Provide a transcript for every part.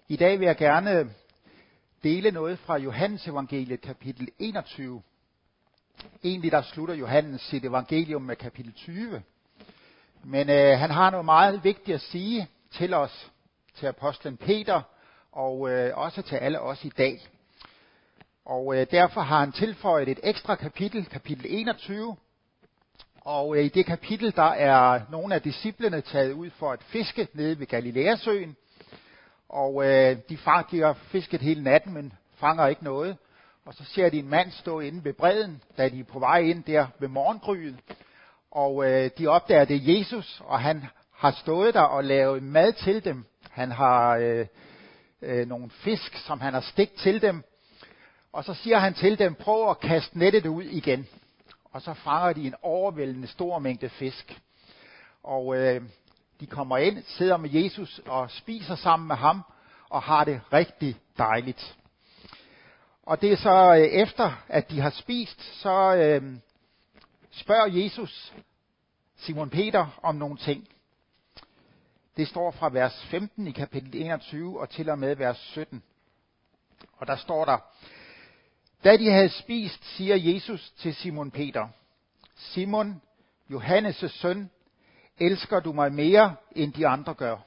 I dag vil jeg gerne dele noget fra Johannes evangeliet kapitel 21. Egentlig der slutter Johannes sit evangelium med kapitel 20. Men han har noget meget vigtigt at sige til os, til apostlen Peter og også til alle os i dag. Og derfor har han tilføjet et ekstra kapitel, kapitel 21. Og i det kapitel der er nogle af disciplene taget ud for at fiske nede ved Galilæasøen. Og de har fisket hele natten, men fanger ikke noget. Og så ser de en mand stå inde ved bredden, da de er på vej ind der ved morgengryet. Og de opdager, at det er Jesus, og han har stået der og lavet mad til dem. Han har nogle fisk, som han har stegt til dem. Og så siger han til dem, prøv at kaste nettet ud igen. Og så fanger de en overvældende stor mængde fisk. Og de kommer ind, sidder med Jesus og spiser sammen med ham, og har det rigtig dejligt. Og det er så efter, at de har spist, så spørger Jesus Simon Peter om nogle ting. Det står fra vers 15 i kapitel 21 og til og med vers 17. Og der står der, da de havde spist, siger Jesus til Simon Peter, Simon, Johannes' søn, elsker du mig mere, end de andre gør?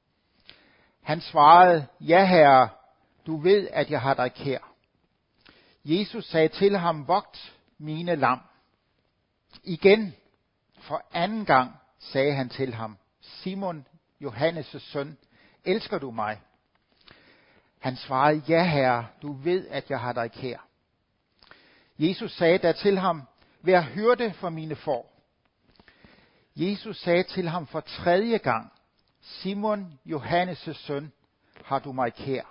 Han svarede, ja herre, du ved, at jeg har dig kær. Jesus sagde til ham, vogt mine lam. Igen, for anden gang, sagde han til ham, Simon, Johannes' søn, elsker du mig? Han svarede, ja herre, du ved, at jeg har dig kær. Jesus sagde da til ham, vær hyrde for mine får. Jesus sagde til ham for tredje gang, Simon, Johannes' søn, har du mig kær?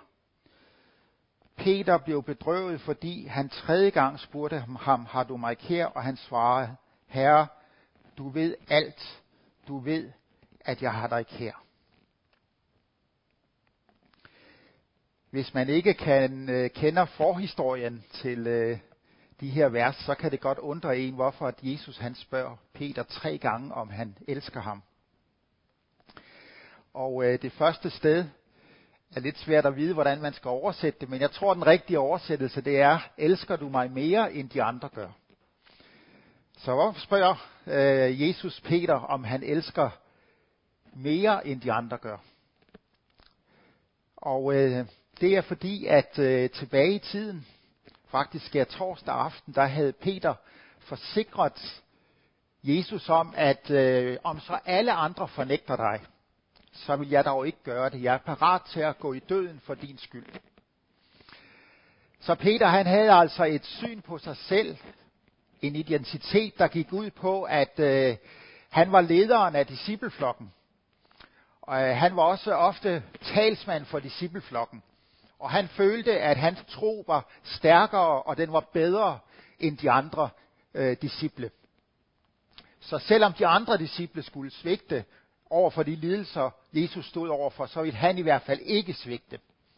Peter blev bedrøvet, fordi han tredje gang spurgte ham, har du mig kær? Og han svarede, herre, du ved alt. Du ved, at jeg har dig kær. Hvis man ikke kender forhistorien til de her vers, så kan det godt undre en, hvorfor at Jesus han spørger Peter 3 gange, om han elsker ham. Og det første sted er lidt svært at vide, hvordan man skal oversætte det, men jeg tror, den rigtige oversættelse, det er, elsker du mig mere, end de andre gør? Så hvorfor spørger Jesus Peter, om han elsker mere, end de andre gør? Og det er fordi, at tilbage i tiden, faktisk torsdag aften, der havde Peter forsikret Jesus om, at om så alle andre fornægter dig, så vil jeg dog ikke gøre det. Jeg er parat til at gå i døden for din skyld. Så Peter han havde altså et syn på sig selv, en identitet, der gik ud på, at han var lederen af discipleflokken. Og han var også ofte talsmand for discipleflokken. Og han følte, at hans tro var stærkere, og den var bedre end de andre disciple. Så selvom de andre disciple skulle svigte over for de lidelser, Jesus stod overfor, så ville han i hvert fald ikke svigte.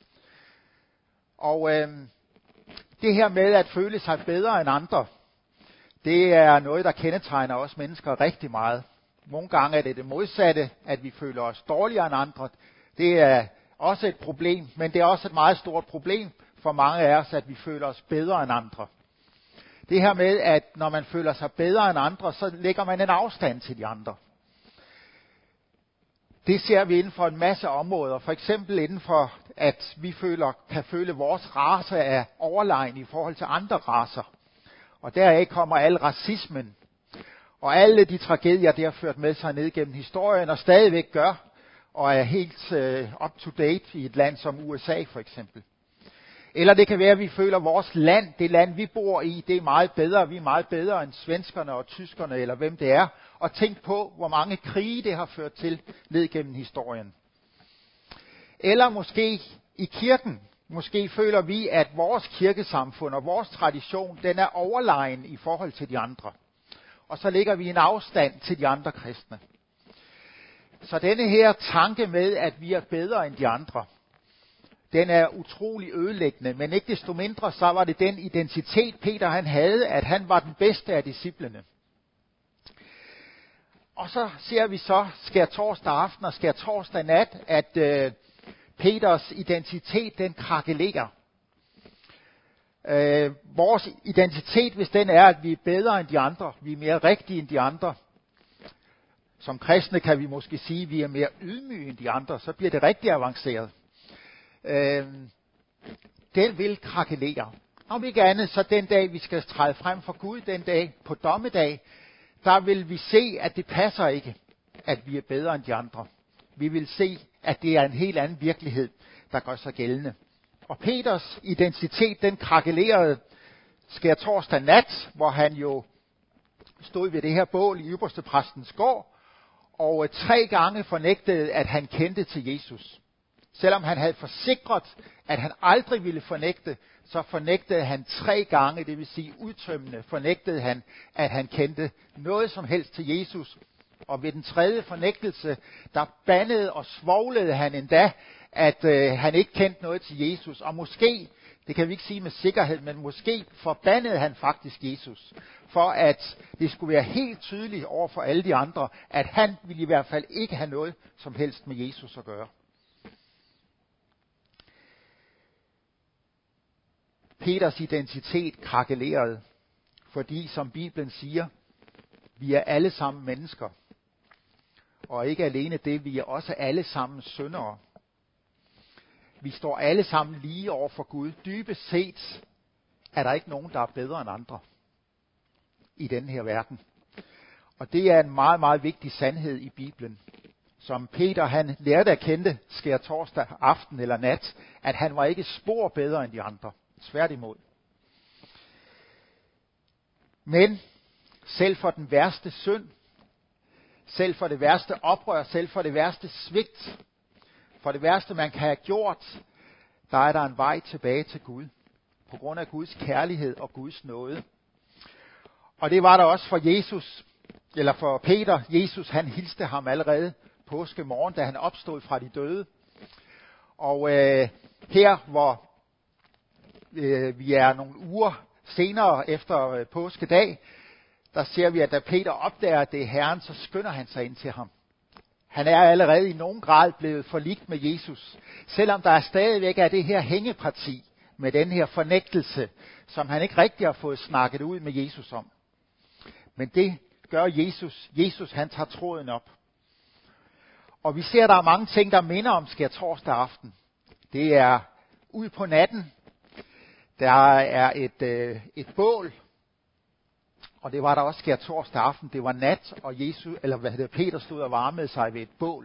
Og det her med at føle sig bedre end andre, det er noget, der kendetegner os mennesker rigtig meget. Nogle gange er det det modsatte, at vi føler os dårligere end andre. Det er også et problem, men det er også et meget stort problem for mange af os, at vi føler os bedre end andre. Det her med, at når man føler sig bedre end andre, så lægger man en afstand til de andre. Det ser vi inden for en masse områder. For eksempel inden for, at vi kan føle, at vores race er overlegen i forhold til andre racer. Og deraf kommer al racismen. Og alle de tragedier, det har ført med sig ned gennem historien, og stadigvæk gør, og er helt up to date i et land som USA for eksempel. Eller det kan være, at vi føler, at vores land, det land vi bor i, det er meget bedre. Vi er meget bedre end svenskerne og tyskerne, eller hvem det er. Og tænk på, hvor mange krige det har ført til ned gennem historien. Eller måske i kirken. Måske føler vi, at vores kirkesamfund og vores tradition, den er overlegen i forhold til de andre. Og så lægger vi en afstand til de andre kristne. Så denne her tanke med, at vi er bedre end de andre, den er utrolig ødelæggende, men ikke desto mindre, så var det den identitet, Peter han havde, at han var den bedste af disciplene. Og så ser vi så skærtorsdag aften og skærtorsdag nat, at Peters identitet, den krakelerer. Vores identitet, hvis den er, at vi er bedre end de andre, vi er mere rigtige end de andre. Som kristne kan vi måske sige, at vi er mere ydmyge end de andre, så bliver det rigtig avanceret. Den vil krakelere. Om ikke andet, så den dag, vi skal træde frem for Gud, den dag på dommedag, der vil vi se, at det passer ikke, at vi er bedre end de andre. Vi vil se, at det er en helt anden virkelighed, der gør sig gældende. Og Peters identitet, den krakelerede skærtorsdag nat, hvor han jo stod ved det her bål i ypperstepræstens gård, og 3 gange fornægtede, at han kendte til Jesus. Selvom han havde forsikret, at han aldrig ville fornægte, så fornægtede han 3 gange, det vil sige udtømmende, fornægtede han, at han kendte noget som helst til Jesus. Og ved den 3. fornægtelse, der bandede og svoglede han endda, at han ikke kendte noget til Jesus. Og måske, det kan vi ikke sige med sikkerhed, men måske forbandede han faktisk Jesus, for at det skulle være helt tydeligt over for alle de andre, at han ville i hvert fald ikke have noget som helst med Jesus at gøre. Peters identitet krakelerede, fordi som Bibelen siger, vi er alle sammen mennesker. Og ikke alene det, vi er også alle sammen syndere. Vi står alle sammen lige over for Gud. Dybest set er der ikke nogen, der er bedre end andre i den her verden. Og det er en meget, meget vigtig sandhed i Bibelen. Som Peter han lærte at kende skærtorsdag aften eller nat, at han var ikke spor bedre end de andre. Tværtimod. Men selv for den værste synd, selv for det værste oprør, selv for det værste svigt, for det værste man kan have gjort, der er der en vej tilbage til Gud. På grund af Guds kærlighed og Guds nåde. Og det var der også for Jesus, eller for Peter. Jesus han hilste ham allerede påskemorgen, da han opstod fra de døde. Og her hvor vi er nogle uger senere efter påskedag, der ser vi, at da Peter opdager, at det er Herren, så skynder han sig ind til ham. Han er allerede i nogen grad blevet forligt med Jesus, selvom der stadigvæk er det her hængeparti med den her fornægtelse, som han ikke rigtig har fået snakket ud med Jesus om. Men det gør Jesus. Jesus han tager tråden op. Og vi ser, at der er mange ting, der minder om skærtorsdag aften. Det er ud på natten. Der er et bål. Og det var der også skærtorsdag aften. Det var nat, og Peter stod og varmede sig ved et bål.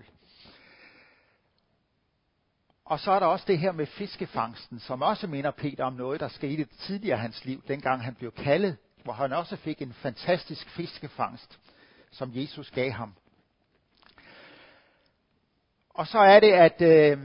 Og så er der også det her med fiskefangsten, som også minder Peter om noget, der skete tidligere i hans liv, dengang han blev kaldet, hvor han også fik en fantastisk fiskefangst, som Jesus gav ham. Og så er det, at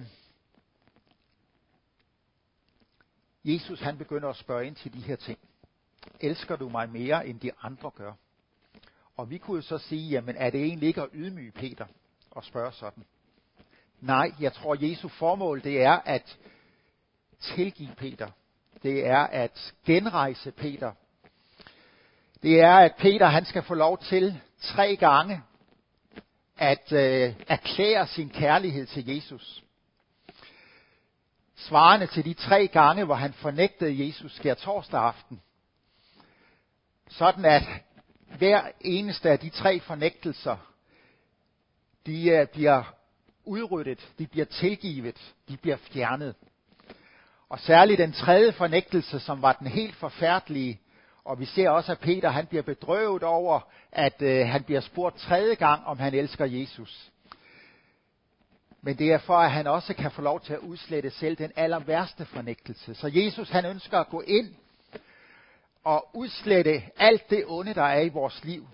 Jesus han begynder at spørge ind til de her ting. Elsker du mig mere, end de andre gør? Og vi kunne så sige, jamen er det egentlig ikke at ydmyge Peter og spørge sådan? Nej, jeg tror Jesu formål det er at tilgive Peter. Det er at genrejse Peter. Det er at Peter han skal få lov til 3 gange at erklære sin kærlighed til Jesus. Svarende til de 3 gange, hvor han fornægtede Jesus skærtorsdag aften. Sådan at hver eneste af de 3 fornægtelser, de bliver udryddet, de bliver tilgivet, de bliver fjernet. Og særligt den 3. fornægtelse, som var den helt forfærdelige, og vi ser også, at Peter han bliver bedrøvet over, at han bliver spurgt 3. gang, om han elsker Jesus. Men det er for, at han også kan få lov til at udslette selv den aller værste fornægtelse. Så Jesus han ønsker at gå ind og udslette alt det onde, der er i vores liv.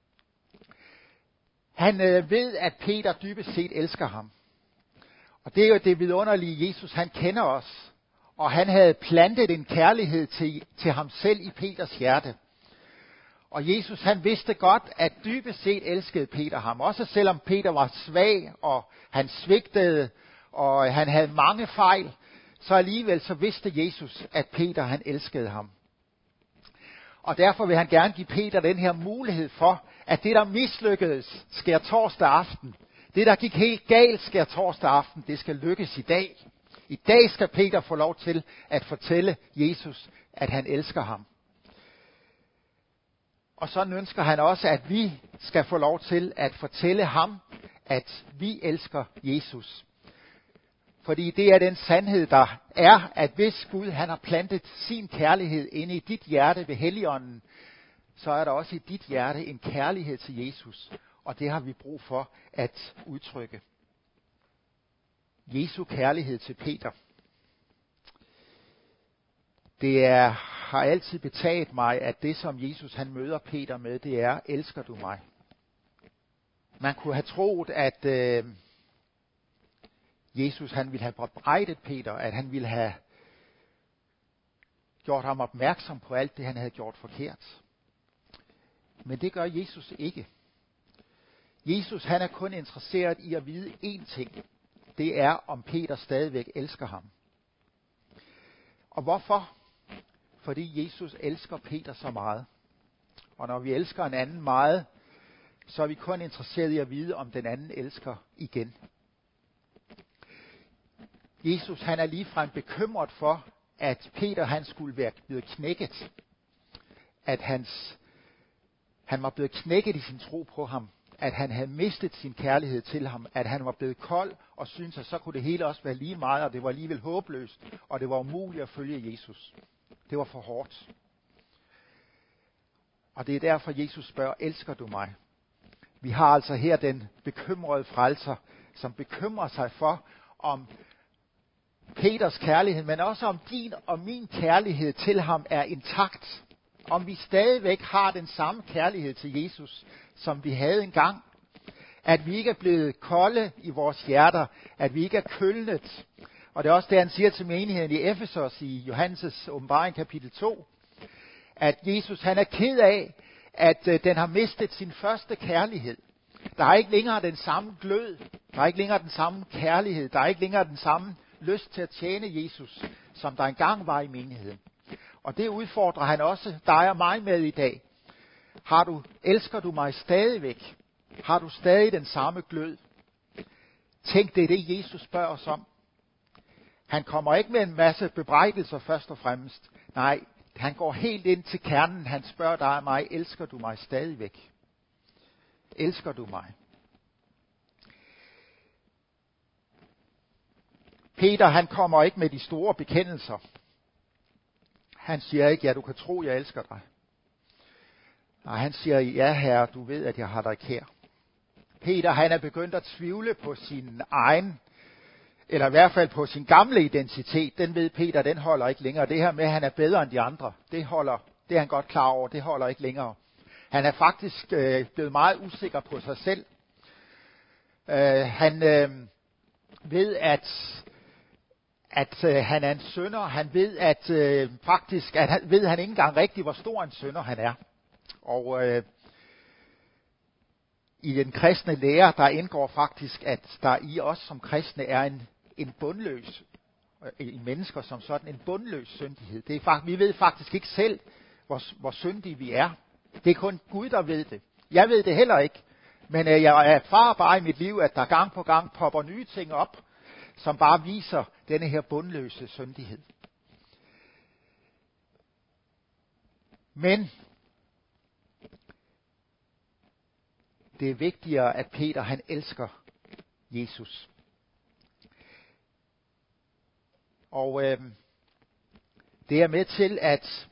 Han ved, at Peter dybest set elsker ham. Og det er jo det vidunderlige, Jesus han kender os. Og han havde plantet en kærlighed til ham selv i Peters hjerte. Og Jesus han vidste godt, at dybest set elskede Peter ham. Også selvom Peter var svag, og han svigtede, og han havde mange fejl. Så alligevel så vidste Jesus, at Peter han elskede ham. Og derfor vil han gerne give Peter den her mulighed for, at det der mislykkedes skærtorsdag aften, det der gik helt galt skærtorsdag aften, det skal lykkes i dag. I dag skal Peter få lov til at fortælle Jesus, at han elsker ham. Og så ønsker han også, at vi skal få lov til at fortælle ham, at vi elsker Jesus. Fordi det er den sandhed, der er, at hvis Gud han har plantet sin kærlighed inde i dit hjerte ved Helligånden, så er der også i dit hjerte en kærlighed til Jesus. Og det har vi brug for at udtrykke. Jesu kærlighed til Peter. Det har altid betaget mig, at det som Jesus han møder Peter med, det er, elsker du mig? Man kunne have troet, at Jesus han ville have bebrejdet Peter, at han ville have gjort ham opmærksom på alt det, han havde gjort forkert. Men det gør Jesus ikke. Jesus han er kun interesseret i at vide én ting. Det er, om Peter stadigvæk elsker ham. Og hvorfor? Fordi Jesus elsker Peter så meget. Og når vi elsker en anden meget, så er vi kun interesseret i at vide, om den anden elsker igen. Jesus han er ligefrem bekymret for, at Peter han skulle være blevet knækket. At han var blevet knækket i sin tro på ham. At han havde mistet sin kærlighed til ham. At han var blevet kold og syntes, at så kunne det hele også være lige meget. Og det var alligevel håbløst. Og det var umuligt at følge Jesus. Det var for hårdt. Og det er derfor Jesus spørger, elsker du mig? Vi har altså her den bekymrede frelser, som bekymrer sig for, om Peters kærlighed, men også om din og min kærlighed til ham er intakt. Om vi stadigvæk har den samme kærlighed til Jesus, som vi havde engang. At vi ikke er blevet kolde i vores hjerter. At vi ikke er kølnet. Og det er også det, han siger til menigheden i Efesos i Johannes' åbenbaring kapitel 2. At Jesus han er ked af, at den har mistet sin første kærlighed. Der er ikke længere den samme glød. Der er ikke længere den samme kærlighed. Der er ikke længere den samme lyst til at tjene Jesus, som der engang var i menigheden. Og det udfordrer han også dig og mig med i dag. Elsker du mig stadigvæk? Har du stadig den samme glød? Tænk, det er det, Jesus spørger os om. Han kommer ikke med en masse bebrejdelser først og fremmest. Nej, han går helt ind til kernen. Han spørger dig og mig, elsker du mig stadigvæk? Elsker du mig? Peter, han kommer ikke med de store bekendelser. Han siger ikke, ja, du kan tro, jeg elsker dig. Nej, han siger, ja herre, du ved, at jeg har dig kær. Peter, han er begyndt at tvivle på sin egen, eller i hvert fald på sin gamle identitet. Den ved Peter, den holder ikke længere. Det her med, at han er bedre end de andre, det er han godt klar over, det holder ikke længere. Han er faktisk blevet meget usikker på sig selv. Han ved, at han er en synder. Han ved, at han ikke engang rigtigt, hvor stor en synder han er. Og i den kristne lære, der indgår faktisk, at der i os som kristne er en bundløs, i mennesker som sådan, en bundløs syndighed. Det er vi ved faktisk ikke selv, hvor syndige vi er. Det er kun Gud, der ved det. Jeg ved det heller ikke. Men jeg erfarer bare i mit liv, at der gang på gang popper nye ting op, som bare viser denne her bundløse syndighed. Men det er vigtigere, at Peter han elsker Jesus. Og det er med til, at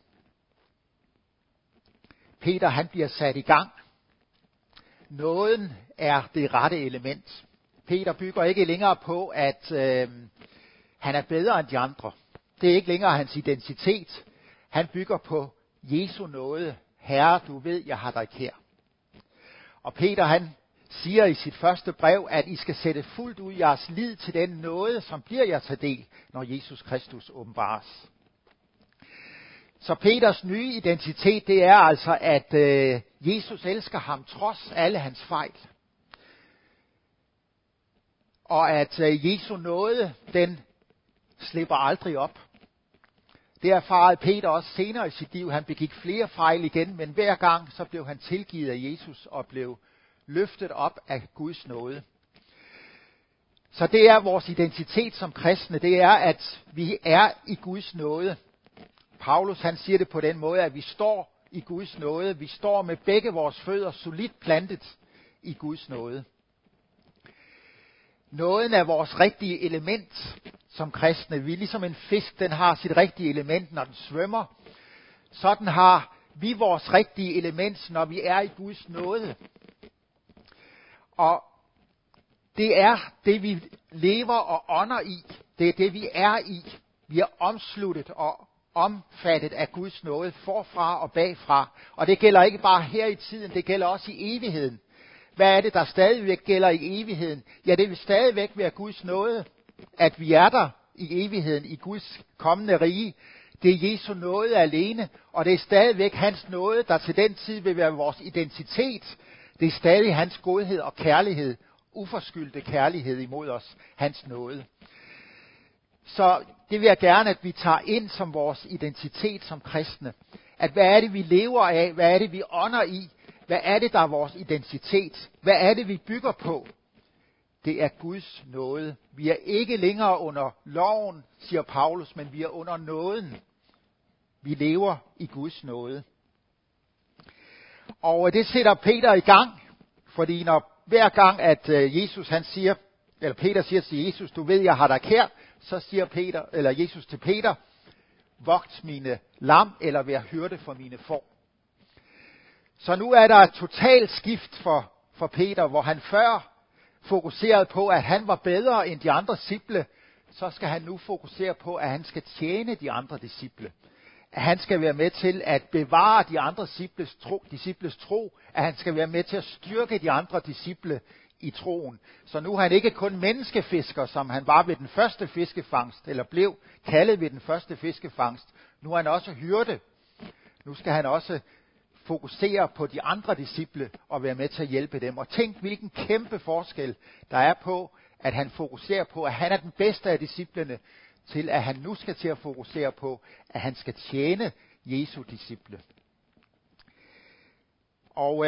Peter han bliver sat i gang. Nåden er det rette element. Peter bygger ikke længere på, at han er bedre end de andre. Det er ikke længere hans identitet. Han bygger på Jesu nåde. Herre, du ved, jeg har dig kær. Og Peter han siger i sit første brev, at I skal sætte fuldt ud jeres lid til den nåde, som bliver jer til del, når Jesus Kristus åbenbares. Så Peters nye identitet, det er altså, at Jesus elsker ham trods alle hans fejl. Og at Jesu nåde, den slipper aldrig op. Det erfarede Peter også senere i sit liv. Han begik flere fejl igen, men hver gang så blev han tilgivet af Jesus og blev løftet op af Guds nåde. Så det er vores identitet som kristne, det er, at vi er i Guds nåde. Paulus han siger det på den måde, at vi står i Guds nåde. Vi står med begge vores fødder solidt plantet i Guds nåde. Nåden er vores rigtige element som kristne. Vi er ligesom en fisk, den har sit rigtige element, når den svømmer. Sådan har vi vores rigtige element, når vi er i Guds nåde. Og det er det, vi lever og ånder i. Det er det, vi er i. Vi er omsluttet og omfattet af Guds nåde forfra og bagfra. Og det gælder ikke bare her i tiden, det gælder også i evigheden. Hvad er det, der stadigvæk gælder i evigheden? Ja, det vil stadigvæk være Guds nåde, at vi er der i evigheden, i Guds kommende rige. Det er Jesu nåde alene, og det er stadigvæk hans nåde, der til den tid vil være vores identitet. Det er stadig hans godhed og kærlighed, uforskyldte kærlighed imod os, hans nåde. Så det vil jeg gerne, at vi tager ind som vores identitet som kristne. At hvad er det, vi lever af? Hvad er det, vi ånder i? Hvad er det, der er vores identitet? Hvad er det, vi bygger på? Det er Guds nåde. Vi er ikke længere under loven, siger Paulus, men vi er under nåden. Vi lever i Guds nåde. Og det sætter Peter i gang, fordi hver gang, at Peter siger til Jesus, du ved, jeg har dig kær, så siger Jesus til Peter, vogt mine lam, eller vær hyrde for mine får. Så nu er der et totalt skift for Peter, hvor han før fokuserede på, at han var bedre end de andre disciple, så skal han nu fokusere på, at han skal tjene de andre disciple. At han skal være med til at bevare de andre disciples tro, at han skal være med til at styrke de andre disciple i troen. Så nu er han ikke kun menneskefisker, som han var ved den første fiskefangst, eller blev kaldet ved den første fiskefangst. Nu er han også hyrde. Nu skal han også fokusere på de andre disciple og være med til at hjælpe dem. Og tænk, hvilken kæmpe forskel der er på, at han fokuserer på, at han er den bedste af disciplene, til at han nu skal til at fokusere på, at han skal tjene Jesu disciple. Og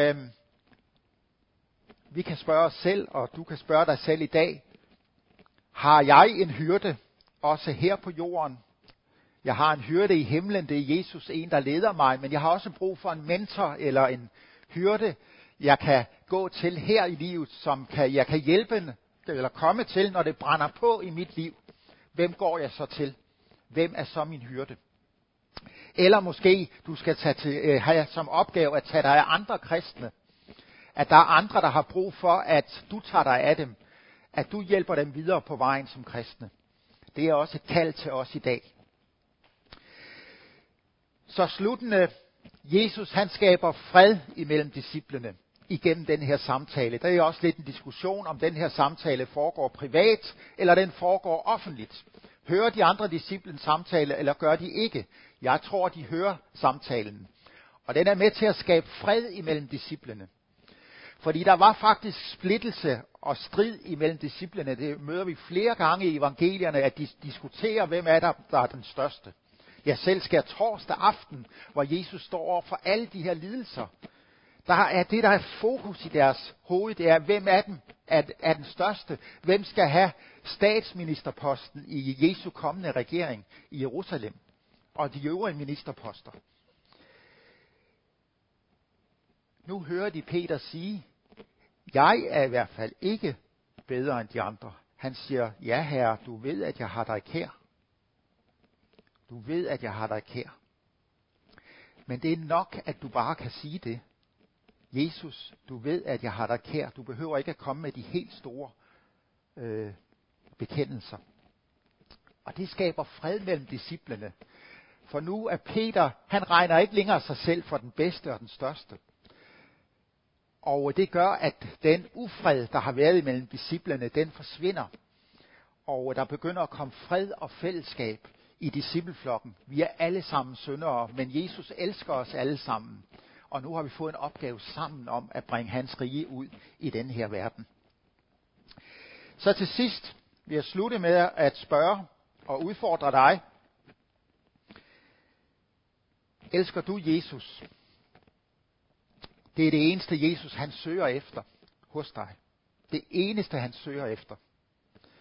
vi kan spørge os selv, og du kan spørge dig selv i dag, har jeg en hyrde også her på jorden? Jeg har en hyrde i himlen, det er Jesus, en der leder mig, men jeg har også brug for en mentor eller en hyrde, jeg kan gå til her i livet, som jeg kan hjælpe eller komme til, når det brænder på i mit liv. Hvem går jeg så til? Hvem er så min hyrde? Eller måske du skal have som opgave at tage dig af andre kristne. At der er andre, der har brug for, at du tager dig af dem. At du hjælper dem videre på vejen som kristne. Det er også et kald til os i dag. Så sluttende, Jesus han skaber fred imellem disciplene igennem den her samtale. Der er også lidt en diskussion, om den her samtale foregår privat, eller den foregår offentligt. Hører de andre disciplen samtale, eller gør de ikke? Jeg tror, de hører samtalen. Og den er med til at skabe fred imellem disciplene. Fordi der var faktisk splittelse og strid imellem disciplene. Det møder vi flere gange i evangelierne, at de diskuterer, hvem er der er den største. Ja, selv skal torsdag aften, hvor Jesus står over for alle de her lidelser. Der er fokus i deres hoved, det er, hvem af dem er den største? Hvem skal have statsministerposten i Jesu kommende regering i Jerusalem? Og de øvrige ministerposter. Nu hører de Peter sige, jeg er i hvert fald ikke bedre end de andre. Han siger, ja herre, du ved, at jeg har dig kær. Du ved, at jeg har dig kær. Men det er nok, at du bare kan sige det. Jesus, du ved, at jeg har dig kær. Du behøver ikke at komme med de helt store bekendelser. Og det skaber fred mellem disciplene. For nu er Peter, han regner ikke længere sig selv for den bedste og den største. Og det gør, at den ufred, der har været imellem disciplene, den forsvinder. Og der begynder at komme fred og fællesskab i discipleflokken. Vi er alle sammen syndere, men Jesus elsker os alle sammen. Og nu har vi fået en opgave sammen om at bringe hans rige ud i den her verden. Så til sidst vil jeg slutte med at spørge og udfordre dig. Elsker du Jesus? Det er det eneste Jesus han søger efter hos dig. Det eneste han søger efter.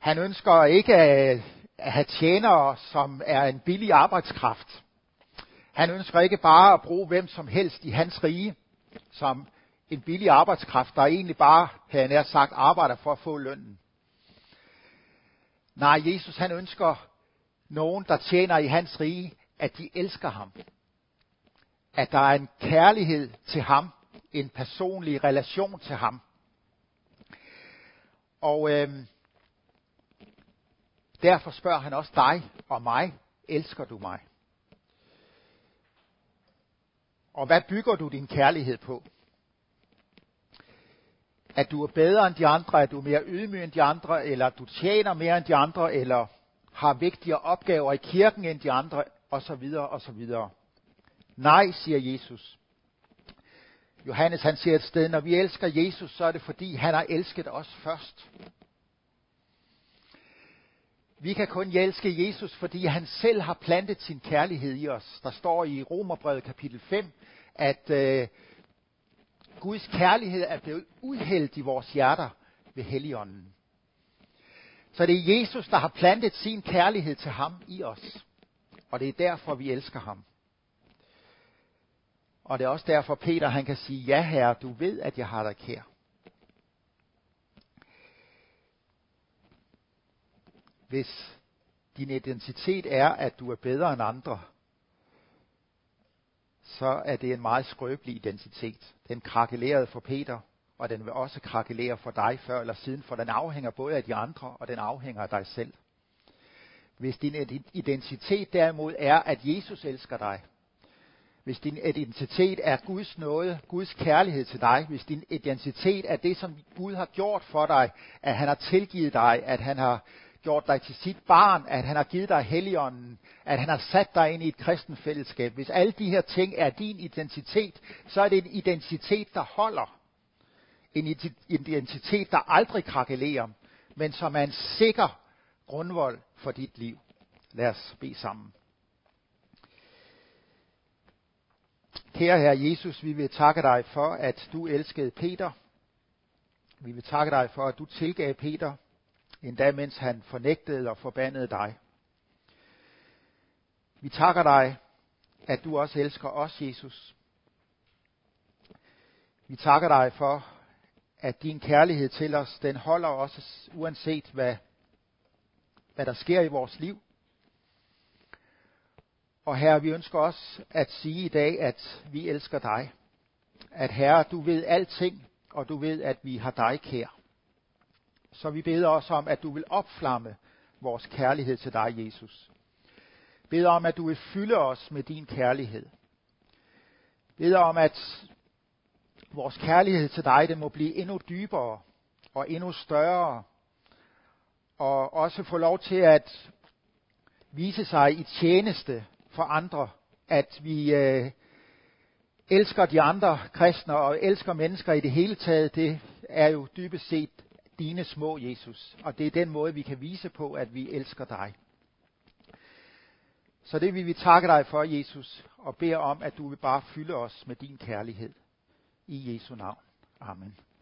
Han ønsker ikke at have tjenere, som er en billig arbejdskraft. Han ønsker ikke bare at bruge hvem som helst i hans rige, som en billig arbejdskraft, der egentlig bare, havde nær sagt, arbejder for at få lønnen. Nej, Jesus han ønsker nogen, der tjener i hans rige, at de elsker ham. At der er en kærlighed til ham, en personlig relation til ham. Og derfor spørger han også dig og mig, elsker du mig? Og hvad bygger du din kærlighed på? At du er bedre end de andre, at du er mere ydmyg end de andre, eller at du tjener mere end de andre, eller har vigtigere opgaver i kirken end de andre, osv. osv. Nej, siger Jesus. Johannes han siger et sted, når vi elsker Jesus, så er det fordi han har elsket os først. Vi kan kun elske Jesus, fordi han selv har plantet sin kærlighed i os. Der står i Romerbrevet kapitel 5, at Guds kærlighed er blevet udhældt i vores hjerter ved Helligånden. Så det er Jesus, der har plantet sin kærlighed til ham i os. Og det er derfor, vi elsker ham. Og det er også derfor, Peter han kan sige, ja herre, du ved, at jeg har dig kær. Hvis din identitet er, at du er bedre end andre, så er det en meget skrøbelig identitet. Den krakelerede for Peter, og den vil også krakelere for dig før eller siden, for den afhænger både af de andre, og den afhænger af dig selv. Hvis din identitet derimod er, at Jesus elsker dig, hvis din identitet er Guds nåde, Guds kærlighed til dig, hvis din identitet er det, som Gud har gjort for dig, at han har tilgivet dig, at han har gjort dig til sit barn, at han har givet dig Helligånden, at han har sat dig ind i et kristent fællesskab. Hvis alle de her ting er din identitet, så er det en identitet, der holder. En identitet, der aldrig krakelerer, men som er en sikker grundvold for dit liv. Lad os bede sammen. Kære Herre Jesus, vi vil takke dig for, at du elskede Peter. Vi vil takke dig for, at du tilgav Peter, endda mens han fornægtede og forbandede dig. Vi takker dig, at du også elsker os, Jesus. Vi takker dig for, at din kærlighed til os, den holder os, uanset hvad der sker i vores liv. Og Herre, vi ønsker også at sige i dag, at vi elsker dig. At Herre, du ved alting, og du ved, at vi har dig kær. Så vi beder også om, at du vil opflamme vores kærlighed til dig, Jesus. Beder om, at du vil fylde os med din kærlighed. Beder om, at vores kærlighed til dig, det må blive endnu dybere og endnu større. Og også få lov til at vise sig i tjeneste for andre. At vi elsker de andre kristne og elsker mennesker i det hele taget. Det er jo dybest set dine små, Jesus. Og det er den måde, vi kan vise på, at vi elsker dig. Så det vil vi takke dig for, Jesus, og beder om, at du vil bare fylde os med din kærlighed. I Jesu navn. Amen.